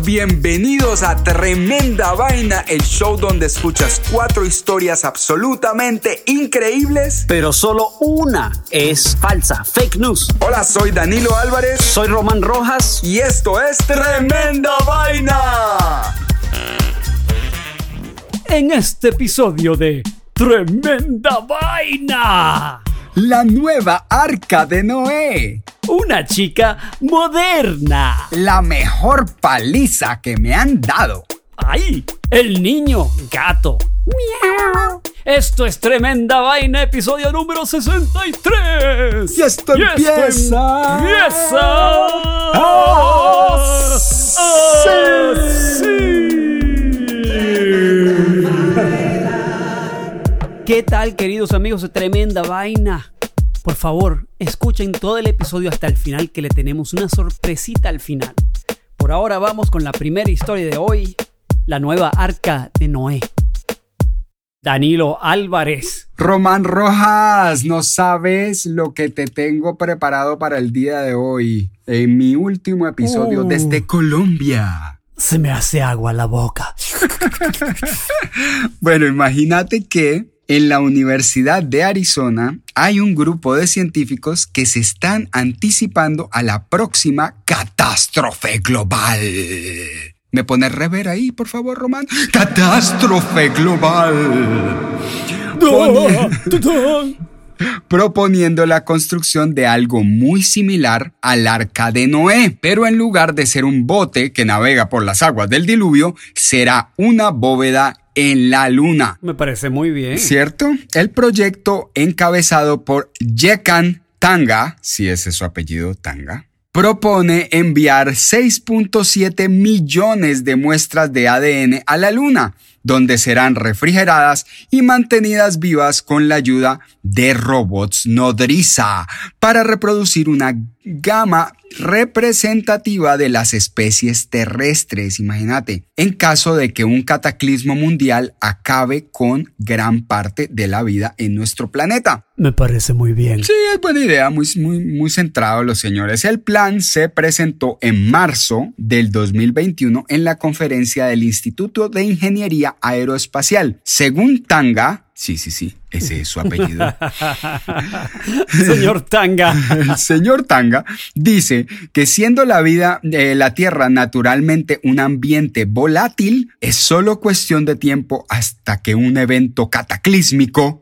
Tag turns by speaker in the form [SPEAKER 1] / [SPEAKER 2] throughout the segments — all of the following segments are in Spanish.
[SPEAKER 1] bienvenidos a Tremenda Vaina, el show donde escuchas 4 historias absolutamente increíbles,
[SPEAKER 2] pero solo una es falsa, fake news.
[SPEAKER 1] Hola, soy Danilo Álvarez.
[SPEAKER 2] Soy Román Rojas.
[SPEAKER 1] Y esto es Tremenda Vaina.
[SPEAKER 3] En este episodio de Tremenda Vaina,
[SPEAKER 1] la nueva arca de Noé.
[SPEAKER 3] Una chica moderna.
[SPEAKER 1] La mejor paliza que me han dado.
[SPEAKER 3] ¡Ay! El niño gato. ¡Miau! Esto es Tremenda Vaina, episodio número 63.
[SPEAKER 1] Y esto empieza.
[SPEAKER 3] Sí. ¿Qué tal, queridos amigos de Tremenda Vaina? Por favor, escuchen todo el episodio hasta el final, que le tenemos una sorpresita al final. Por ahora vamos con la primera historia de hoy, la nueva arca de Noé. Danilo Álvarez.
[SPEAKER 1] Román Rojas, no sabes lo que te tengo preparado para el día de hoy. En mi último episodio desde Colombia.
[SPEAKER 3] Se me hace agua la boca.
[SPEAKER 1] Bueno, imagínate que en la Universidad de Arizona hay un grupo de científicos que se están anticipando a la próxima catástrofe global. ¿Me pones rever ahí, por favor, Román? ¡Catástrofe global! Proponiendo la construcción de algo muy similar al Arca de Noé, pero en lugar de ser un bote que navega por las aguas del diluvio, será una bóveda en la luna.
[SPEAKER 3] Me parece muy bien.
[SPEAKER 1] ¿Cierto? El proyecto, encabezado por Yekan Tanga, si ese es su apellido, Tanga, propone enviar 6.7 millones de muestras de ADN a la luna, donde serán refrigeradas y mantenidas vivas con la ayuda de robots nodriza para reproducir una gama representativa de las especies terrestres, imagínate, en caso de que un cataclismo mundial acabe con gran parte de la vida en nuestro planeta.
[SPEAKER 3] Me parece muy bien.
[SPEAKER 1] Sí, es buena idea, muy centrado los señores. El plan se presentó en marzo del 2021 en la conferencia del Instituto de Ingeniería Aeroespacial. Según Tanga, sí, ese es su apellido.
[SPEAKER 3] Señor Tanga.
[SPEAKER 1] El señor Tanga dice que siendo la Tierra naturalmente un ambiente volátil, es solo cuestión de tiempo hasta que un evento cataclísmico,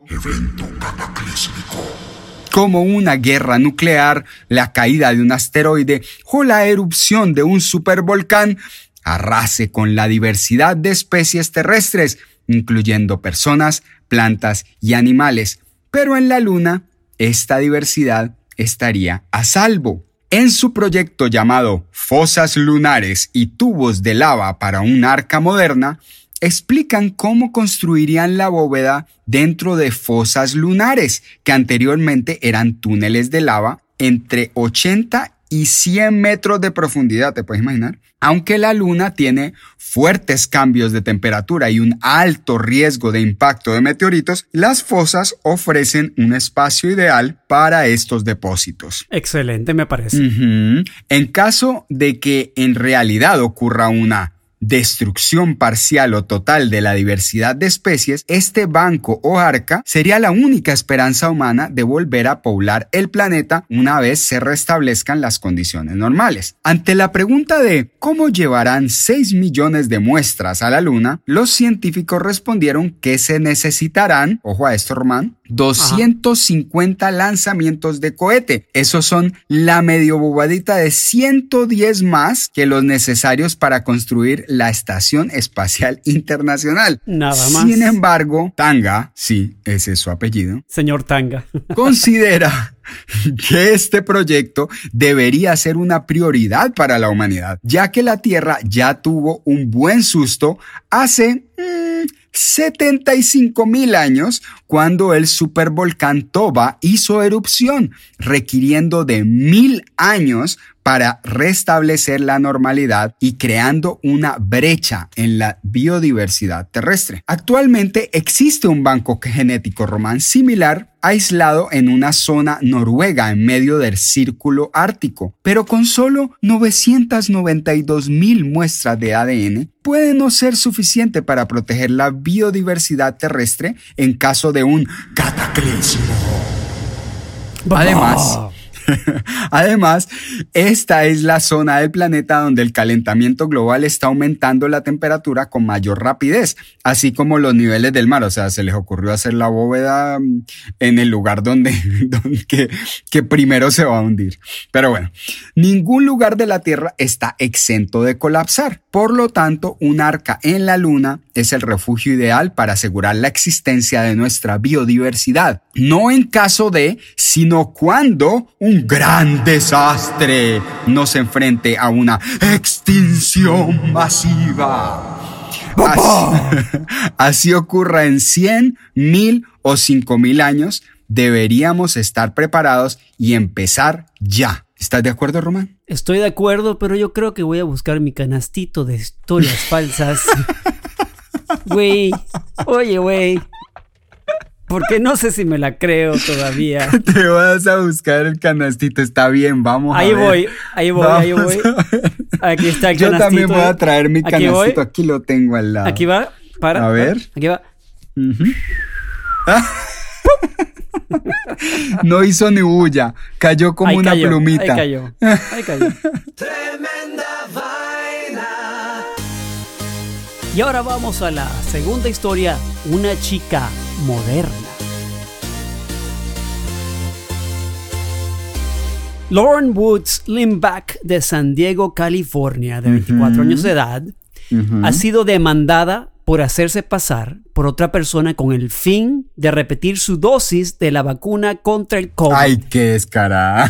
[SPEAKER 1] como una guerra nuclear, la caída de un asteroide o la erupción de un supervolcán, arrase con la diversidad de especies terrestres, incluyendo personas, plantas y animales. Pero en la Luna, esta diversidad estaría a salvo. En su proyecto llamado Fosas Lunares y Tubos de Lava para un Arca Moderna, explican cómo construirían la bóveda dentro de fosas lunares, que anteriormente eran túneles de lava entre 80 y 100 metros de profundidad, ¿te puedes imaginar? Aunque la Luna tiene fuertes cambios de temperatura y un alto riesgo de impacto de meteoritos, las fosas ofrecen un espacio ideal para estos depósitos.
[SPEAKER 3] Excelente, me parece.
[SPEAKER 1] En caso de que en realidad ocurra una destrucción parcial o total de la diversidad de especies, este banco o arca sería la única esperanza humana de volver a poblar el planeta una vez se restablezcan las condiciones normales. Ante la pregunta de cómo llevarán 6 millones de muestras a la Luna, los científicos respondieron que se necesitarán, ojo a esto, Román, 250 lanzamientos de cohete. Esos son la medio bobadita de 110 más que los necesarios para construir la Estación Espacial Internacional.
[SPEAKER 3] Nada más.
[SPEAKER 1] Sin embargo, Tanga, sí, ese es su apellido,
[SPEAKER 3] señor Tanga,
[SPEAKER 1] considera que este proyecto debería ser una prioridad para la humanidad, ya que la Tierra ya tuvo un buen susto hace 75,000 años cuando el supervolcán Toba hizo erupción, requiriendo de 1,000 años para restablecer la normalidad y creando una brecha en la biodiversidad terrestre. Actualmente existe un banco genético román similar aislado en una zona noruega en medio del círculo ártico, pero con solo 992,000 muestras de ADN puede no ser suficiente para proteger la biodiversidad terrestre en caso de un cataclismo. Además, esta es la zona del planeta donde el calentamiento global está aumentando la temperatura con mayor rapidez, así como los niveles del mar. O sea, se les ocurrió hacer la bóveda en el lugar que primero se va a hundir. Pero bueno, ningún lugar de la Tierra está exento de colapsar. Por lo tanto, un arca en la Luna es el refugio ideal para asegurar la existencia de nuestra biodiversidad. No en caso de, sino cuando un gran desastre nos enfrente a una extinción masiva. Así ocurra en 100, 1000 o 5000 años, deberíamos estar preparados y empezar ya. ¿Estás de acuerdo, Román?
[SPEAKER 3] Estoy de acuerdo, pero yo creo que voy a buscar mi canastito de historias falsas. Güey, oye, güey. Porque no sé si me la creo todavía.
[SPEAKER 1] Te vas a buscar el canastito, está bien, vamos a ver.
[SPEAKER 3] Ahí voy. Aquí está el canastito.
[SPEAKER 1] Yo también voy a traer mi canastito, aquí lo tengo al lado.
[SPEAKER 3] Aquí va, para.
[SPEAKER 1] A ver.
[SPEAKER 3] Aquí va.
[SPEAKER 1] Uh-huh. No hizo ni bulla, cayó como una plumita.
[SPEAKER 3] Ahí cayó.
[SPEAKER 2] Tremenda vaina.
[SPEAKER 3] Y ahora vamos a la segunda historia, una chica moderna. Lauren Woods Lindback de San Diego, California, de 24 años de edad, ha sido demandada por hacerse pasar por otra persona con el fin de repetir su dosis de la vacuna contra el COVID.
[SPEAKER 1] ¡Ay, qué descarada!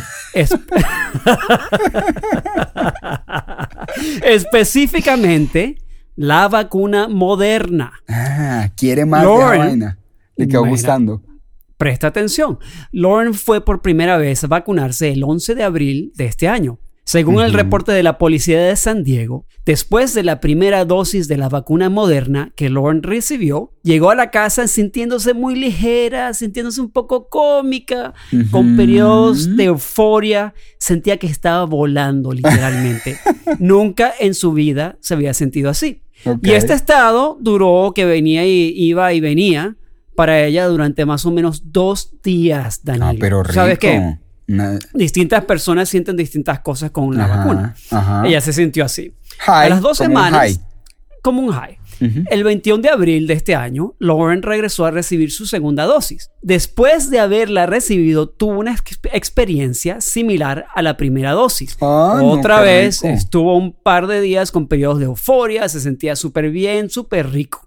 [SPEAKER 3] Específicamente, la vacuna Moderna.
[SPEAKER 1] Quiere más de la vaina. Le quedó gustando.
[SPEAKER 3] Presta atención. Lauren fue por primera vez a vacunarse el 11 de abril de este año. Según el reporte de la policía de San Diego, después de la primera dosis de la vacuna Moderna que Lauren recibió, llegó a la casa sintiéndose muy ligera, sintiéndose un poco cómica, con periodos de euforia. Sentía que estaba volando, literalmente. Nunca en su vida se había sentido así. Okay. Y este estado duró, que venía y iba y venía, para ella durante más o menos 2 días, Daniel.
[SPEAKER 1] Pero rico.
[SPEAKER 3] ¿Sabes qué? Distintas personas sienten distintas cosas con la vacuna. Ella se sintió así. A las 2 semanas, como un high. El 21 de abril de este año, Lauren regresó a recibir su segunda dosis. Después de haberla recibido, tuvo una experiencia similar a la primera dosis. Otra vez estuvo un par de días con periodos de euforia, se sentía súper bien, súper rico.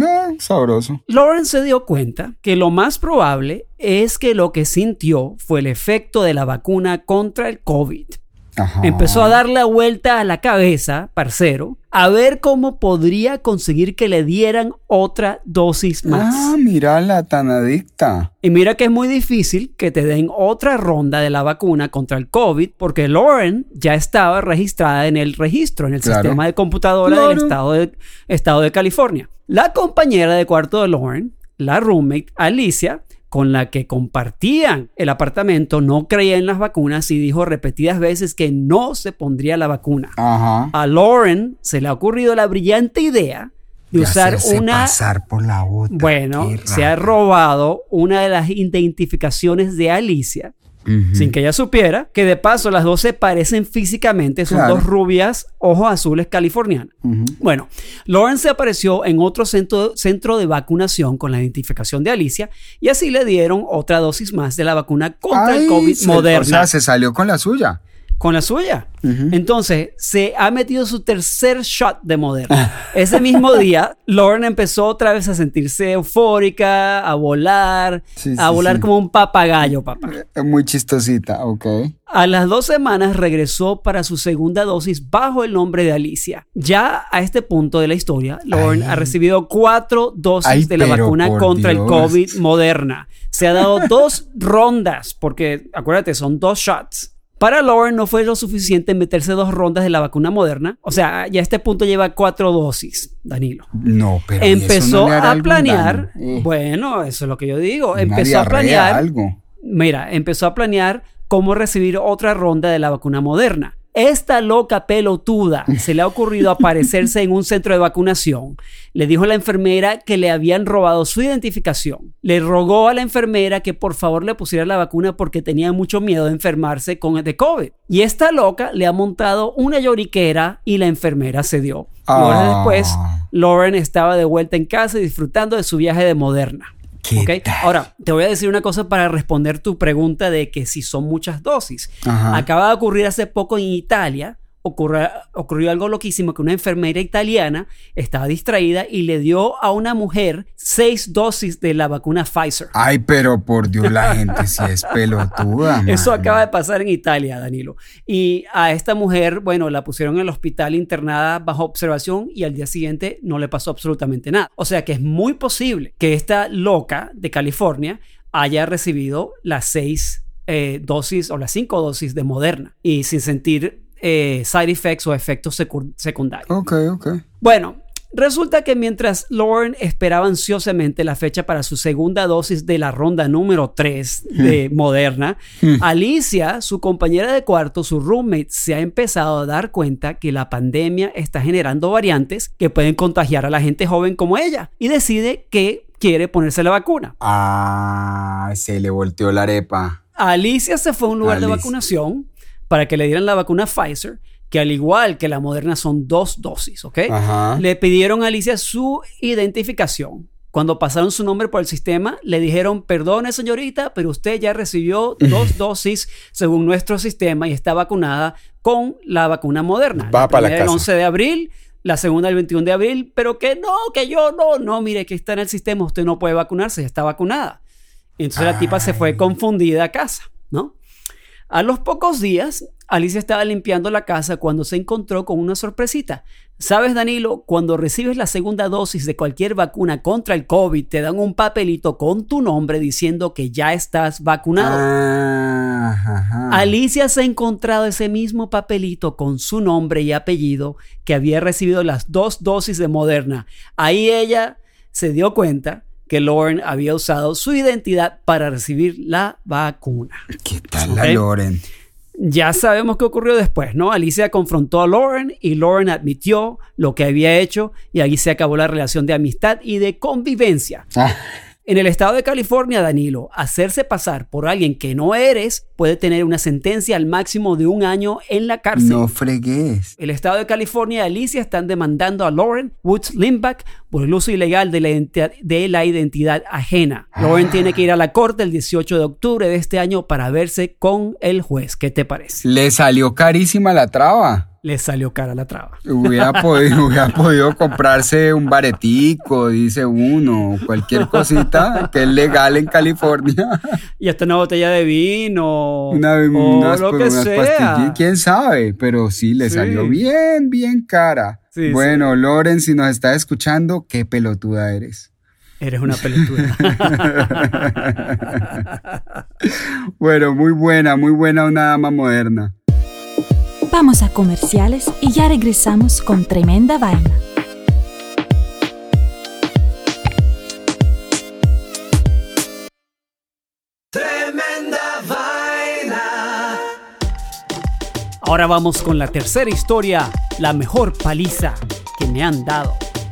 [SPEAKER 1] Sabroso.
[SPEAKER 3] Lauren se dio cuenta que lo más probable es que lo que sintió fue el efecto de la vacuna contra el COVID. Empezó a dar la vuelta a la cabeza, parcero, a ver cómo podría conseguir que le dieran otra dosis más.
[SPEAKER 1] Mírala, tan adicta.
[SPEAKER 3] Y mira que es muy difícil que te den otra ronda de la vacuna contra el COVID, porque Lauren ya estaba registrada en el registro, en el sistema de computadora del estado de California. La compañera de cuarto de Lauren, la roommate Alicia, con la que compartían el apartamento, no creía en las vacunas y dijo repetidas veces que no se pondría la vacuna. A Lauren se le ha ocurrido la brillante idea de usar
[SPEAKER 1] pasar por la otra.
[SPEAKER 3] Bueno, se ha robado una de las identificaciones de Alicia, sin que ella supiera, que de paso las dos se parecen físicamente, son dos rubias, ojos azules californianas. Bueno, Lauren se apareció en otro centro de vacunación con la identificación de Alicia y así le dieron otra dosis más de la vacuna contra el COVID Moderna.
[SPEAKER 1] O sea, se salió con la suya.
[SPEAKER 3] Con la suya. Entonces, se ha metido su tercer shot de Moderna. Ese mismo día, Lauren empezó otra vez a sentirse eufórica, a volar, como un papagayo, papá.
[SPEAKER 1] Muy chistosita, ok.
[SPEAKER 3] A las 2 semanas regresó para su segunda dosis bajo el nombre de Alicia. Ya a este punto de la historia, Lauren ha recibido 4 dosis de la vacuna contra el COVID Moderna. Se ha dado 2 rondas, porque acuérdate, son 2 shots. Para Lauren no fue lo suficiente meterse 2 rondas de la vacuna Moderna. O sea, ya a este punto lleva 4 dosis, Danilo.
[SPEAKER 1] No, pero
[SPEAKER 3] empezó
[SPEAKER 1] eso no le hará
[SPEAKER 3] a
[SPEAKER 1] algún
[SPEAKER 3] planear.
[SPEAKER 1] daño.
[SPEAKER 3] Bueno, eso es lo que yo digo.
[SPEAKER 1] Una
[SPEAKER 3] Empezó a
[SPEAKER 1] diarrea,
[SPEAKER 3] planear.
[SPEAKER 1] algo.
[SPEAKER 3] Mira, empezó a planear cómo recibir otra ronda de la vacuna Moderna. Esta loca pelotuda se le ha ocurrido aparecerse en un centro de vacunación. Le dijo a la enfermera que le habían robado su identificación. Le rogó a la enfermera que por favor le pusiera la vacuna porque tenía mucho miedo de enfermarse de COVID. Y esta loca le ha montado una lloriquera y la enfermera cedió. Y horas después, Lauren estaba de vuelta en casa disfrutando de su viaje de Moderna. ¿Okay? Ahora, te voy a decir una cosa para responder tu pregunta de que si son muchas dosis.
[SPEAKER 1] Ajá.
[SPEAKER 3] Acaba de ocurrir hace poco en Italia. Ocurrió algo loquísimo, que una enfermera italiana estaba distraída y le dio a una mujer 6 dosis de la vacuna Pfizer.
[SPEAKER 1] Ay, pero por Dios, la gente sí es pelotuda.
[SPEAKER 3] Eso
[SPEAKER 1] mano.
[SPEAKER 3] acaba de pasar en Italia, Danilo. Y a esta mujer, bueno, la pusieron en el hospital internada bajo observación y al día siguiente no le pasó absolutamente nada. O sea que es muy posible que esta loca de California haya recibido las 6 dosis o las 5 dosis de Moderna y sin sentir side effects o efectos secundarios.
[SPEAKER 1] Ok.
[SPEAKER 3] Bueno, resulta que mientras Lauren esperaba ansiosamente la fecha para su segunda dosis de la ronda número 3 de Moderna, Alicia, su compañera de cuarto, su roommate, se ha empezado a dar cuenta que la pandemia está generando variantes que pueden contagiar a la gente joven como ella y decide que quiere ponerse la vacuna.
[SPEAKER 1] Se le volteó la arepa.
[SPEAKER 3] Alicia se fue a un lugar de vacunación para que le dieran la vacuna Pfizer, que al igual que la Moderna son 2 dosis, ¿ok?
[SPEAKER 1] Ajá.
[SPEAKER 3] Le pidieron a Alicia su identificación. Cuando pasaron su nombre por el sistema, le dijeron, perdone señorita, pero usted ya recibió 2 dosis según nuestro sistema y está vacunada con la vacuna Moderna.
[SPEAKER 1] Va para la casa.
[SPEAKER 3] El 11 de abril, la segunda el 21 de abril, pero que yo no, mire que está en el sistema, usted no puede vacunarse, ya está vacunada. Entonces la tipa se fue confundida a casa, ¿no? A los pocos días, Alicia estaba limpiando la casa cuando se encontró con una sorpresita. ¿Sabes, Danilo? Cuando recibes la segunda dosis de cualquier vacuna contra el COVID, te dan un papelito con tu nombre diciendo que ya estás vacunado.
[SPEAKER 1] Ajá.
[SPEAKER 3] Alicia se ha encontrado ese mismo papelito con su nombre y apellido que había recibido las 2 dosis de Moderna. Ahí ella se dio cuenta que Lauren había usado su identidad para recibir la vacuna.
[SPEAKER 1] ¿Qué tal la Lauren?
[SPEAKER 3] Ya sabemos qué ocurrió después, ¿no? Alicia confrontó a Lauren y Lauren admitió lo que había hecho y ahí se acabó la relación de amistad y de convivencia. En el estado de California, Danilo, hacerse pasar por alguien que no eres puede tener una sentencia al máximo de 1 año en la cárcel.
[SPEAKER 1] No fregues.
[SPEAKER 3] El estado de California y Alicia están demandando a Lauren Woods Limbach por el uso ilegal de la identidad ajena. Lauren tiene que ir a la corte el 18 de octubre de este año para verse con el juez. ¿Qué te parece?
[SPEAKER 1] Le salió carísima la traba.
[SPEAKER 3] Le salió cara la traba.
[SPEAKER 1] Hubiera podido comprarse un baretico, dice uno, cualquier cosita que es legal en California.
[SPEAKER 3] Y hasta una botella de vino.
[SPEAKER 1] Unas
[SPEAKER 3] lo que sea.
[SPEAKER 1] pastillas, quién sabe, pero sí le salió bien cara.
[SPEAKER 3] Sí,
[SPEAKER 1] bueno, sí. Lauren, si nos estás escuchando, qué pelotuda eres.
[SPEAKER 3] Eres una pelotuda.
[SPEAKER 1] Bueno, muy buena una dama moderna.
[SPEAKER 4] Vamos a comerciales y ya regresamos con Tremenda Vaina.
[SPEAKER 2] Tremenda Vaina.
[SPEAKER 3] Ahora vamos con la tercera historia, la mejor paliza que me han dado.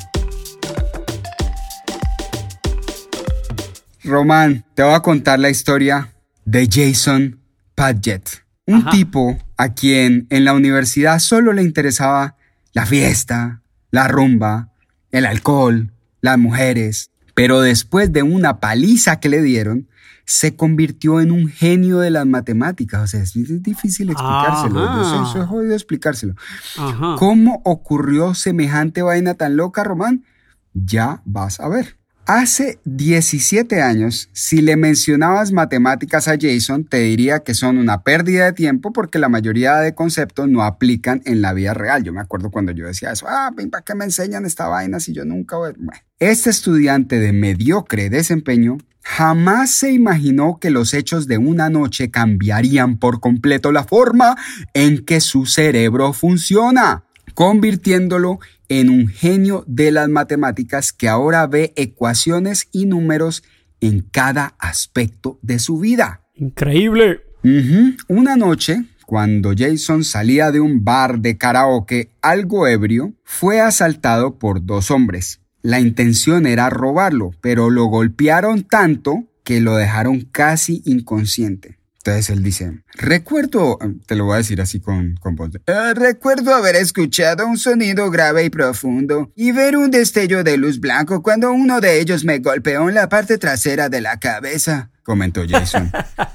[SPEAKER 1] Román, te voy a contar la historia de Jason Padgett. Un tipo a quien en la universidad solo le interesaba la fiesta, la rumba, el alcohol, las mujeres. Pero después de una paliza que le dieron, se convirtió en un genio de las matemáticas. O sea, es difícil explicárselo. Eso es jodido explicárselo. ¿Cómo ocurrió semejante vaina tan loca, Román? Ya vas a ver. Hace 17 años, si le mencionabas matemáticas a Jason, te diría que son una pérdida de tiempo porque la mayoría de conceptos no aplican en la vida real. Yo me acuerdo cuando yo decía eso, ¿para qué me enseñan esta vaina si yo nunca voy? Bueno, este estudiante de mediocre desempeño jamás se imaginó que los hechos de una noche cambiarían por completo la forma en que su cerebro funciona, convirtiéndolo en un genio de las matemáticas que ahora ve ecuaciones y números en cada aspecto de su vida.
[SPEAKER 3] ¡Increíble!
[SPEAKER 1] Una noche, cuando Jason salía de un bar de karaoke algo ebrio, fue asaltado por 2 hombres. La intención era robarlo, pero lo golpearon tanto que lo dejaron casi inconsciente. Entonces él dice, recuerdo, te lo voy a decir así con voz. Recuerdo haber escuchado un sonido grave y profundo y ver un destello de luz blanco cuando uno de ellos me golpeó en la parte trasera de la cabeza, comentó Jason.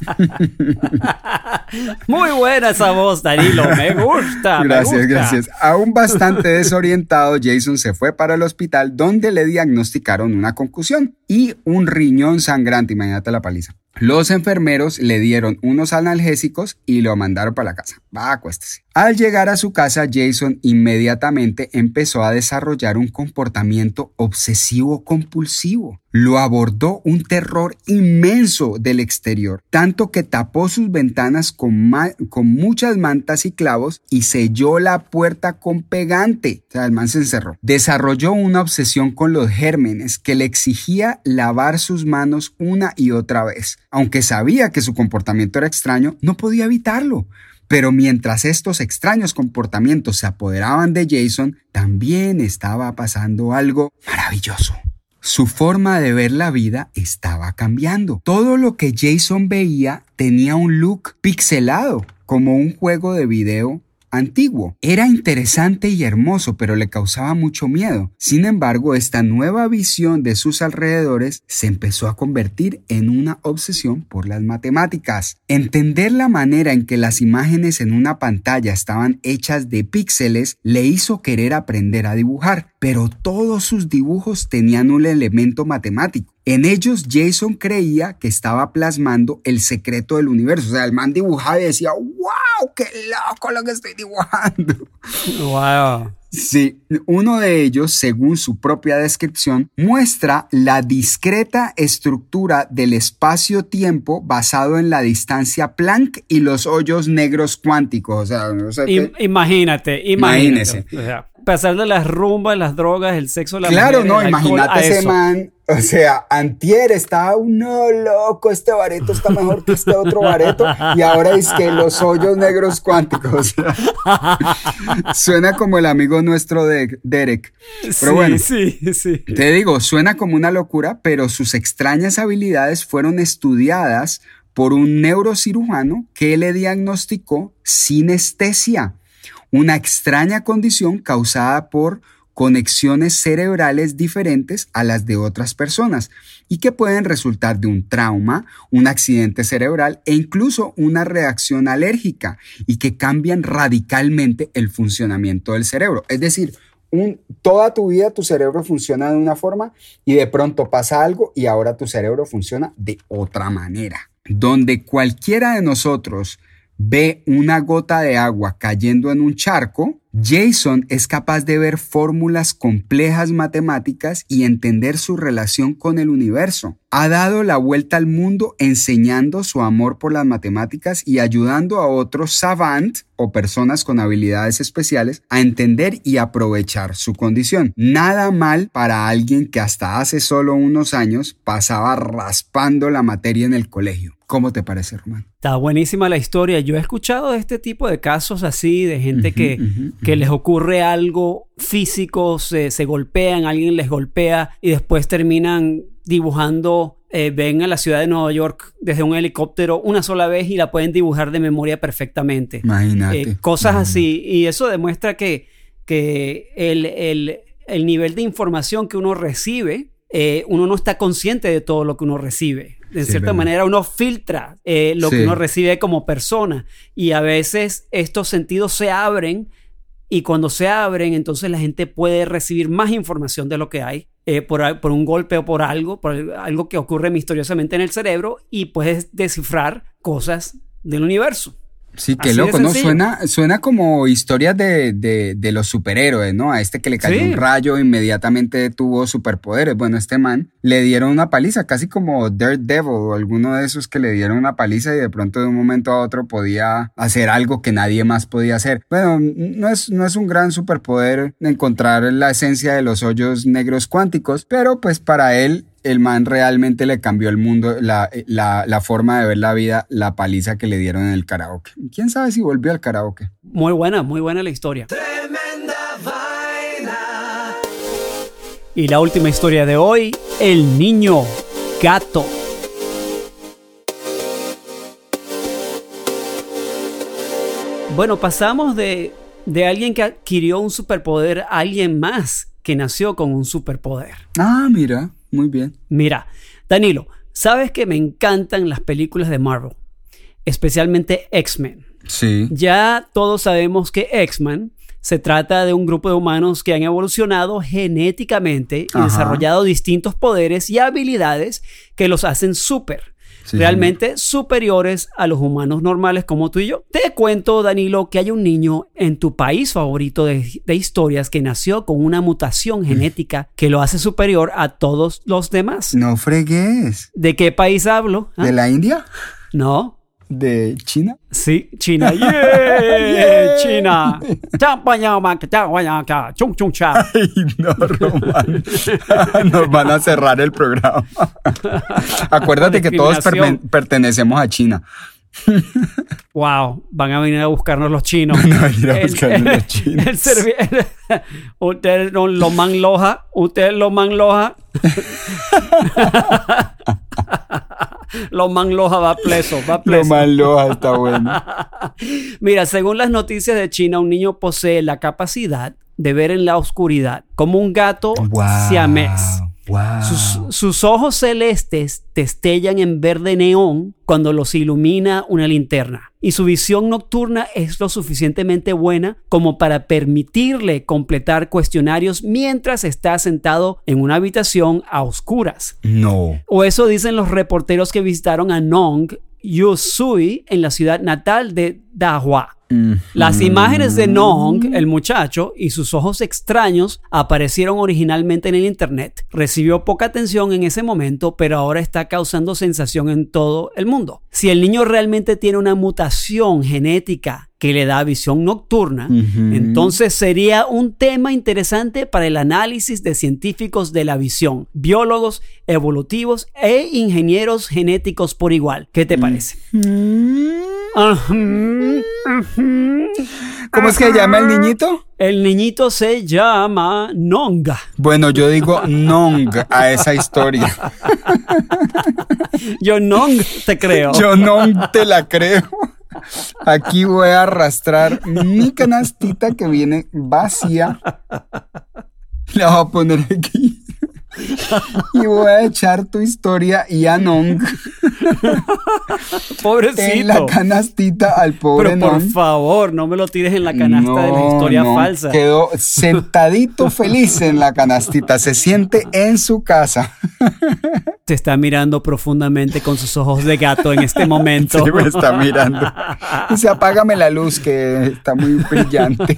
[SPEAKER 3] Muy buena esa voz, Danilo, me gusta.
[SPEAKER 1] Gracias. Aún bastante desorientado, Jason se fue para el hospital donde le diagnosticaron una concusión y un riñón sangrante, imagínate la paliza. Los enfermeros le dieron unos analgésicos y lo mandaron para la casa. Va, acuéstese. Al llegar a su casa, Jason inmediatamente empezó a desarrollar un comportamiento obsesivo-compulsivo. Lo abordó un terror inmenso del exterior, tanto que tapó sus ventanas con muchas mantas y clavos y selló la puerta con pegante. O sea, el man se encerró. Desarrolló una obsesión con los gérmenes que le exigía lavar sus manos una y otra vez. Aunque sabía que su comportamiento era extraño, no podía evitarlo. Pero mientras estos extraños comportamientos se apoderaban de Jason, también estaba pasando algo maravilloso. Su forma de ver la vida estaba cambiando. Todo lo que Jason veía tenía un look pixelado, como un juego de video antiguo. Era interesante y hermoso, pero le causaba mucho miedo. Sin embargo, esta nueva visión de sus alrededores se empezó a convertir en una obsesión por las matemáticas. Entender la manera en que las imágenes en una pantalla estaban hechas de píxeles le hizo querer aprender a dibujar, pero todos sus dibujos tenían un elemento matemático. En ellos Jason creía que estaba plasmando el secreto del universo. O sea, el man dibujaba y decía, ¡wow! ¡Qué loco lo que estoy dibujando!
[SPEAKER 3] ¡Wow!
[SPEAKER 1] Sí, uno de ellos, según su propia descripción, muestra la discreta estructura del espacio-tiempo basado en la distancia Planck y los hoyos negros cuánticos. O sea,
[SPEAKER 3] imagínate.
[SPEAKER 1] Imagínese.
[SPEAKER 3] O sea, pasar de las rumbas, las drogas, el sexo, la mujer,
[SPEAKER 1] claro, no, imagínate ese
[SPEAKER 3] eso.
[SPEAKER 1] man. O sea, antier estaba no loco, este bareto está mejor que este otro bareto y ahora es que los hoyos negros cuánticos. Suena como el amigo nuestro de Derek. Pero bueno,
[SPEAKER 3] sí.
[SPEAKER 1] Te digo, suena como una locura, pero sus extrañas habilidades fueron estudiadas por un neurocirujano que le diagnosticó sinestesia, una extraña condición causada por conexiones cerebrales diferentes a las de otras personas y que pueden resultar de un trauma, un accidente cerebral e incluso una reacción alérgica y que cambian radicalmente el funcionamiento del cerebro. Es decir, toda tu vida tu cerebro funciona de una forma y de pronto pasa algo y ahora tu cerebro funciona de otra manera. Donde cualquiera de nosotros ve una gota de agua cayendo en un charco, Jason es capaz de ver fórmulas complejas matemáticas y entender su relación con el universo. Ha dado la vuelta al mundo enseñando su amor por las matemáticas y ayudando a otros savant o personas con habilidades especiales a entender y aprovechar su condición. Nada mal para alguien que hasta hace solo unos años pasaba raspando la materia en el colegio. ¿Cómo te parece, Román?
[SPEAKER 3] Está buenísima la historia. Yo he escuchado de este tipo de casos así, de gente que les ocurre algo físico, se golpean, alguien les golpea y después terminan dibujando, ven a la ciudad de Nueva York desde un helicóptero una sola vez y la pueden dibujar de memoria perfectamente.
[SPEAKER 1] Imagínate.
[SPEAKER 3] Cosas así. Y eso demuestra que el nivel de información que uno recibe, uno no está consciente de todo lo que uno recibe. De cierta manera uno filtra lo que uno recibe como persona y a veces estos sentidos se abren y cuando se abren entonces la gente puede recibir más información de lo que hay por un golpe o por algo que ocurre misteriosamente en el cerebro y puedes descifrar cosas del universo.
[SPEAKER 1] Sí, qué
[SPEAKER 3] Así
[SPEAKER 1] loco,
[SPEAKER 3] de
[SPEAKER 1] ¿no?
[SPEAKER 3] sencillo.
[SPEAKER 1] Suena como historias de los superhéroes, ¿no? A este que le cayó
[SPEAKER 3] Sí.
[SPEAKER 1] un rayo, inmediatamente tuvo superpoderes. Bueno, este man le dieron una paliza, casi como Daredevil o alguno de esos que le dieron una paliza y de pronto de un momento a otro podía hacer algo que nadie más podía hacer. Bueno, no es un gran superpoder encontrar la esencia de los hoyos negros cuánticos, pero pues para él, el man realmente le cambió el mundo, la forma de ver la vida, la paliza que le dieron en el karaoke. ¿Quién sabe si volvió al karaoke?
[SPEAKER 3] Muy buena la historia. Y la última historia de hoy, el niño gato. Bueno, pasamos de alguien que adquirió un superpoder a alguien más que nació con un superpoder.
[SPEAKER 1] Ah, mira, muy bien.
[SPEAKER 3] Mira, Danilo, sabes que me encantan las películas de Marvel, especialmente X-Men.
[SPEAKER 1] Sí.
[SPEAKER 3] Ya todos sabemos que X-Men se trata de un grupo de humanos que han evolucionado genéticamente y
[SPEAKER 1] Ajá.
[SPEAKER 3] desarrollado distintos poderes y habilidades que los hacen
[SPEAKER 1] Sí,
[SPEAKER 3] realmente superiores a los humanos normales como tú y yo. Te cuento, Danilo, que hay un niño en tu país favorito de historias que nació con una mutación genética que lo hace superior a todos los demás.
[SPEAKER 1] No fregues.
[SPEAKER 3] ¿De qué país hablo? ¿Ah?
[SPEAKER 1] ¿De la India?
[SPEAKER 3] No.
[SPEAKER 1] ¿De China?
[SPEAKER 3] Sí, China. ¡Yeah! China.
[SPEAKER 1] Ay, no, Román. Nos van a cerrar el programa. Acuérdate que todos pertenecemos a China.
[SPEAKER 3] Wow, van a venir a buscarnos los chinos.
[SPEAKER 1] Van a venir a buscarnos los chinos.
[SPEAKER 3] Usted lo manloja. Lo manloja va preso.
[SPEAKER 1] Lo manloja está bueno.
[SPEAKER 3] Mira, según las noticias de China, un niño posee la capacidad de ver en la oscuridad como un gato siamés.
[SPEAKER 1] Wow.
[SPEAKER 3] Sus ojos celestes destellan en verde neón cuando los ilumina una linterna. Y su visión nocturna es lo suficientemente buena como para permitirle completar cuestionarios mientras está sentado en una habitación a oscuras.
[SPEAKER 1] No.
[SPEAKER 3] O eso dicen los reporteros que visitaron a Nong Yusui en la ciudad natal de Dahua. Las imágenes de Nong, el muchacho, y sus ojos extraños aparecieron originalmente en el internet. Recibió poca atención en ese momento, pero ahora está causando sensación en todo el mundo. Si el niño realmente tiene una mutación genética que le da visión nocturna, entonces sería un tema interesante para el análisis de científicos de la visión, biólogos, evolutivos e ingenieros genéticos por igual. ¿Qué te parece?
[SPEAKER 1] ¿Cómo es que se llama el niñito?
[SPEAKER 3] El niñito se llama Nong.
[SPEAKER 1] Bueno, yo digo Nong a esa historia.
[SPEAKER 3] Yo Nong te creo.
[SPEAKER 1] Yo Nong te la creo. Aquí voy a arrastrar mi canastita que viene vacía. La voy a poner aquí. Y voy a echar tu historia y a Nong.
[SPEAKER 3] Pobrecito.
[SPEAKER 1] En la canastita al pobre
[SPEAKER 3] Pero por
[SPEAKER 1] Nong.
[SPEAKER 3] favor, no me lo tires en la canasta de la historia falsa.
[SPEAKER 1] Quedó sentadito feliz en la canastita. Se siente en su casa.
[SPEAKER 3] Te está mirando profundamente con sus ojos de gato en este momento.
[SPEAKER 1] Sí, me está mirando. Dice, apágame la luz que está muy brillante.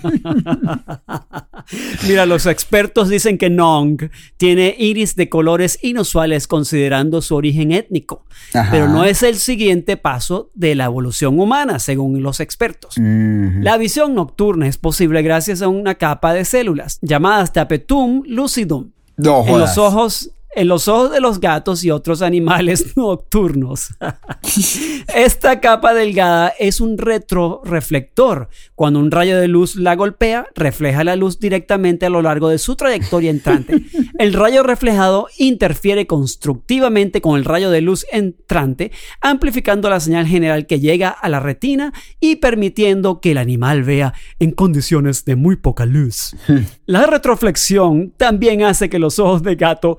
[SPEAKER 3] Mira, los expertos dicen que Nong tiene iris de colores inusuales considerando su origen étnico.
[SPEAKER 1] Ajá.
[SPEAKER 3] Pero no es el siguiente paso de la evolución humana, según los expertos. La visión nocturna es posible gracias a una capa de células llamadas tapetum lucidum
[SPEAKER 1] No jodas.
[SPEAKER 3] en los ojos de los gatos y otros animales nocturnos. Esta capa delgada es un retroreflector. Cuando un rayo de luz la golpea, refleja la luz directamente a lo largo de su trayectoria entrante. El rayo reflejado interfiere constructivamente con el rayo de luz entrante, amplificando la señal general que llega a la retina y permitiendo que el animal vea en condiciones de muy poca luz. La retroflexión también hace que los ojos de gato parezcan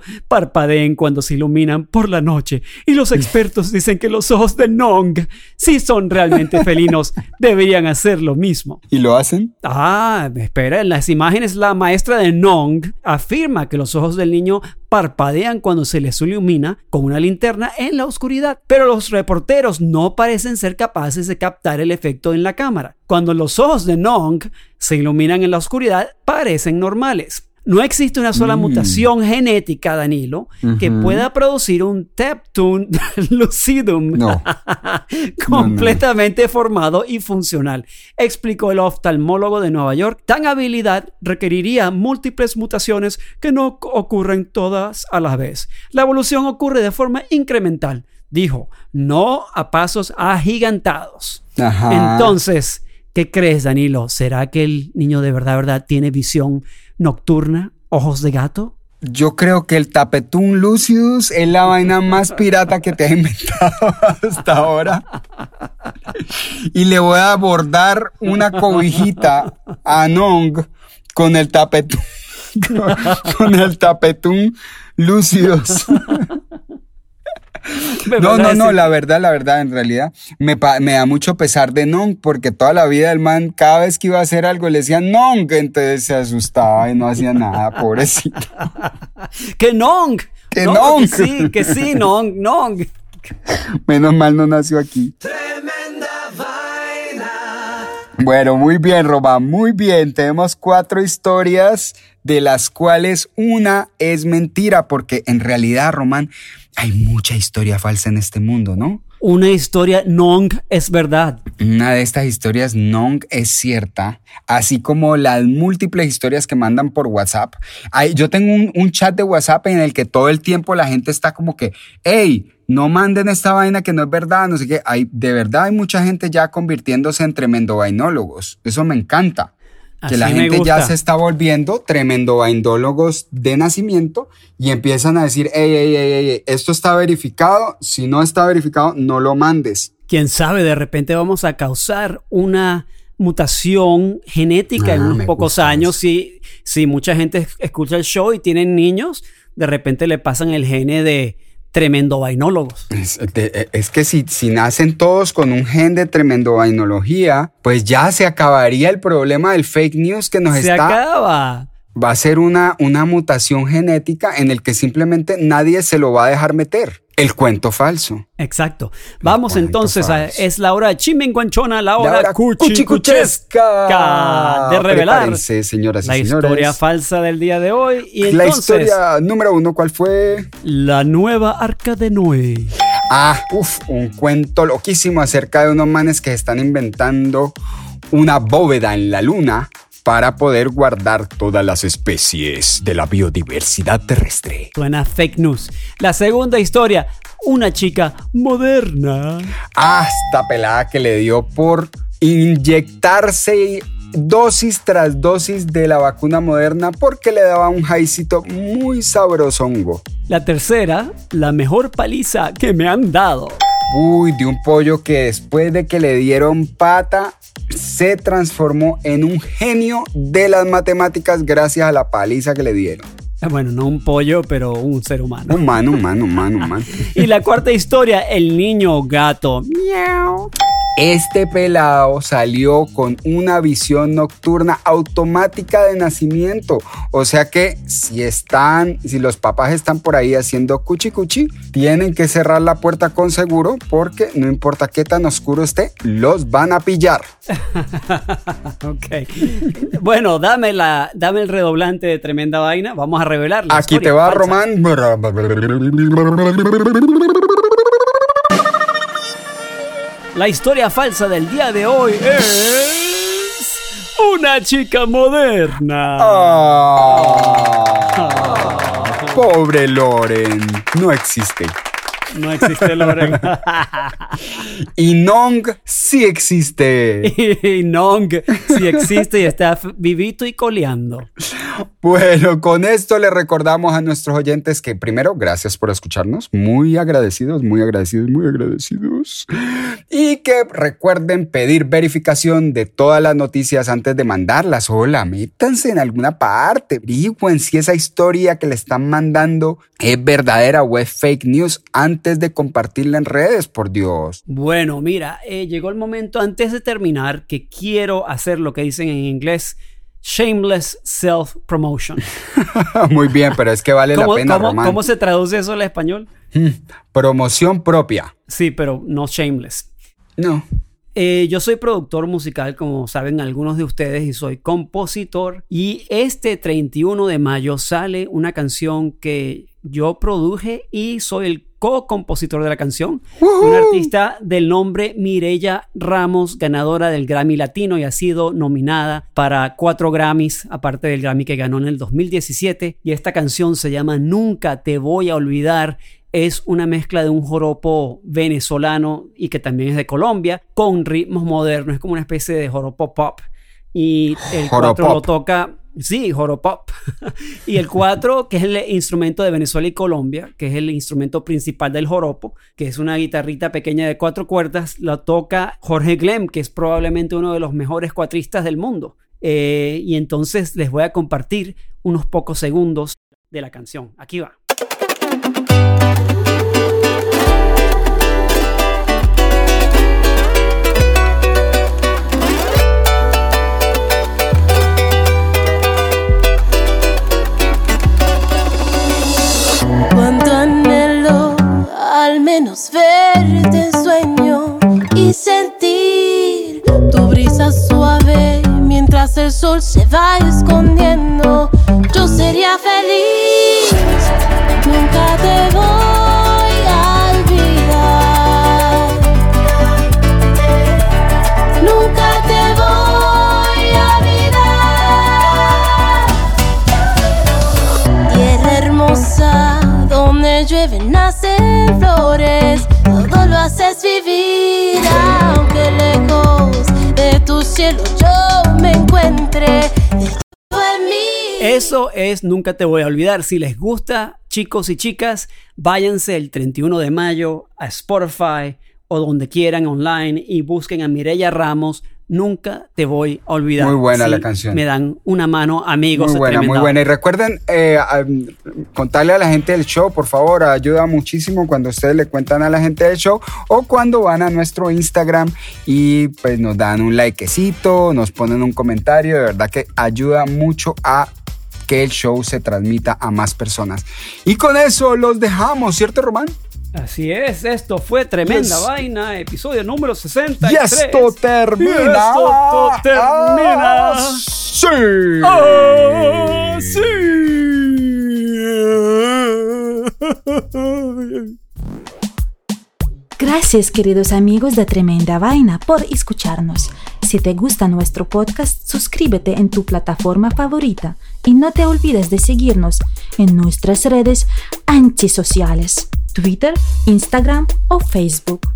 [SPEAKER 3] parpadeen cuando se iluminan por la noche. Y los expertos dicen que los ojos de Nong, si son realmente felinos, deberían hacer lo mismo.
[SPEAKER 1] ¿Y lo hacen?
[SPEAKER 3] Espera, en las imágenes la maestra de Nong afirma que los ojos del niño parpadean cuando se les ilumina con una linterna en la oscuridad, pero los reporteros no parecen ser capaces de captar el efecto en la cámara. Cuando los ojos de Nong se iluminan en la oscuridad, parecen normales. No existe una sola mutación genética, Danilo, que pueda producir un Taptoon lucidum completamente formado y funcional, explicó el oftalmólogo de Nueva York. Tan habilidad requeriría múltiples mutaciones que no ocurren todas a la vez. La evolución ocurre de forma incremental, dijo, no a pasos agigantados. Entonces, ¿qué crees, Danilo? ¿Será que el niño de verdad tiene visión nocturna, ojos de gato?
[SPEAKER 1] Yo creo que el Tapetoon lucidus es la vaina más pirata que te has inventado hasta ahora. Y le voy a bordar una cobijita a Nong con el Tapetoon, con el Tapetoon lucidus. No, la verdad, en realidad me da mucho pesar de Nong, porque toda la vida el man, cada vez que iba a hacer algo le decían Nong, entonces se asustaba y no hacía nada, pobrecito.
[SPEAKER 3] ¡Que Nong!
[SPEAKER 1] ¡Que Nong!
[SPEAKER 3] Que sí, Nong.
[SPEAKER 1] Menos mal no nació aquí.
[SPEAKER 2] Tremenda vaina.
[SPEAKER 1] Bueno, muy bien, Román, muy bien. Tenemos 4 historias, de las cuales una es mentira, porque en realidad, Román, hay mucha historia falsa en este mundo, ¿no?
[SPEAKER 3] Una historia Nong es verdad.
[SPEAKER 1] Una de estas historias Nong es cierta, así como las múltiples historias que mandan por WhatsApp. Yo tengo un chat de WhatsApp en el que todo el tiempo la gente está como que, hey, no manden esta vaina que no es verdad, no sé qué. De verdad hay mucha gente ya convirtiéndose en tremendo vainólogos. Eso me encanta. Que la gente ya se está volviendo tremendo vainólogos de nacimiento y empiezan a decir, ey, esto está verificado, si no está verificado, no lo mandes.
[SPEAKER 3] Quién sabe, de repente vamos a causar una mutación genética en unos pocos años. Si mucha gente escucha el show y tienen niños, de repente le pasan el gene de tremendo vainólogos.
[SPEAKER 1] Es que si nacen todos con un gen de tremendo vainología, pues ya se acabaría el problema del fake news que nos
[SPEAKER 3] Se acaba.
[SPEAKER 1] Va a ser una mutación genética en el que simplemente nadie se lo va a dejar meter. El cuento falso.
[SPEAKER 3] Exacto. Vamos entonces es la hora chimenguanchona, la hora cuchicuchesca de revelar
[SPEAKER 1] Prepárense, señoras y
[SPEAKER 3] la
[SPEAKER 1] señores.
[SPEAKER 3] historia falsa del día de hoy. Y
[SPEAKER 1] la
[SPEAKER 3] entonces,
[SPEAKER 1] historia número 1, ¿cuál fue?
[SPEAKER 3] La nueva arca de Noé.
[SPEAKER 1] Un cuento loquísimo acerca de unos manes que están inventando una bóveda en la luna para poder guardar todas las especies de la biodiversidad terrestre.
[SPEAKER 3] Suena fake news. La segunda historia, una chica moderna.
[SPEAKER 1] Esta pelada que le dio por inyectarse dosis tras dosis de la vacuna Moderna porque le daba un jaicito muy sabrosongo.
[SPEAKER 3] La tercera, la mejor paliza que me han dado.
[SPEAKER 1] De un pollo que después de que le dieron pata se transformó en un genio de las matemáticas gracias a la paliza que le dieron.
[SPEAKER 3] Bueno, no un pollo, pero un ser humano.
[SPEAKER 1] Humano.
[SPEAKER 3] Y la cuarta historia, el niño gato. Miau.
[SPEAKER 1] Este pelado salió con una visión nocturna automática de nacimiento. O sea que si los papás están por ahí haciendo cuchi, tienen que cerrar la puerta con seguro porque no importa qué tan oscuro esté, los van a pillar.
[SPEAKER 3] Ok. Bueno, dame el redoblante de tremenda vaina. Vamos a revelar la
[SPEAKER 1] Aquí
[SPEAKER 3] historia
[SPEAKER 1] te va,
[SPEAKER 3] falsa.
[SPEAKER 1] Román.
[SPEAKER 3] La historia falsa del día de hoy es una chica moderna.
[SPEAKER 1] Pobre Loren, no existe.
[SPEAKER 3] No existe Loren.
[SPEAKER 1] Y Nong sí existe.
[SPEAKER 3] Y Nong sí existe y está vivito y coleando.
[SPEAKER 1] Bueno, con esto le recordamos a nuestros oyentes que primero, gracias por escucharnos, muy agradecidos. Y que recuerden pedir verificación de todas las noticias antes de mandarlas. Hola, métanse en alguna parte, averigüen si esa historia que le están mandando es verdadera o es fake news antes de compartirla en redes, por Dios.
[SPEAKER 3] Bueno, mira, llegó el momento antes de terminar que quiero hacer lo que dicen en inglés, shameless self-promotion.
[SPEAKER 1] Muy bien, pero es que vale la pena, Román.
[SPEAKER 3] ¿Cómo se traduce eso al español?
[SPEAKER 1] Promoción propia.
[SPEAKER 3] Sí, pero no shameless.
[SPEAKER 1] No.
[SPEAKER 3] Yo soy productor musical, como saben algunos de ustedes, y soy compositor. Y este 31 de mayo sale una canción que yo produje y soy el co-compositor de la canción. Una artista del nombre Mireya Ramos, ganadora del Grammy Latino y ha sido nominada para 4 Grammys, aparte del Grammy que ganó en el 2017. Y esta canción se llama Nunca Te Voy a Olvidar. Es una mezcla de un joropo venezolano y que también es de Colombia con ritmos modernos. Es como una especie de joropo pop. Y el 4 lo toca... Sí, joropop. Y el 4, que es el instrumento de Venezuela y Colombia, que es el instrumento principal del joropo, que es una guitarrita pequeña de 4 cuerdas, lo toca Jorge Glem, que es probablemente uno de los mejores cuatristas del mundo. Y entonces les voy a compartir unos pocos segundos de la canción. Aquí va.
[SPEAKER 5] Cuánto anhelo al menos verte en sueño y sentir tu brisa suave mientras el sol se va escondiendo. Yo sería feliz, nunca te voy a olvidar, nunca te voy a olvidar. Tierra hermosa donde llueven, nacen flores, todo lo haces vivir, aunque lejos de tu cielo yo me encuentre, de todo en mí.
[SPEAKER 3] Eso es Nunca Te Voy a Olvidar. Si les gusta, chicos y chicas, váyanse el 31 de mayo a Spotify o donde quieran online y busquen a Mireya Ramos. Nunca Te Voy a Olvidar.
[SPEAKER 1] Muy buena
[SPEAKER 3] sí,
[SPEAKER 1] la canción.
[SPEAKER 3] Me dan una mano, amigos.
[SPEAKER 1] Muy buena. Y recuerden contarle a la gente del show, por favor. Ayuda muchísimo cuando ustedes le cuentan a la gente del show o cuando van a nuestro Instagram y pues nos dan un likecito, nos ponen un comentario. De verdad que ayuda mucho a que el show se transmita a más personas. Y con eso los dejamos, ¿cierto, Román?
[SPEAKER 3] Así es, esto fue Tremenda Vaina, episodio número 63.
[SPEAKER 1] Y esto termina. Sí.
[SPEAKER 3] ¡Oh, sí!
[SPEAKER 4] Gracias, queridos amigos de Tremenda Vaina, por escucharnos. Si te gusta nuestro podcast, suscríbete en tu plataforma favorita y no te olvides de seguirnos en nuestras redes antisociales, Twitter, Instagram o Facebook.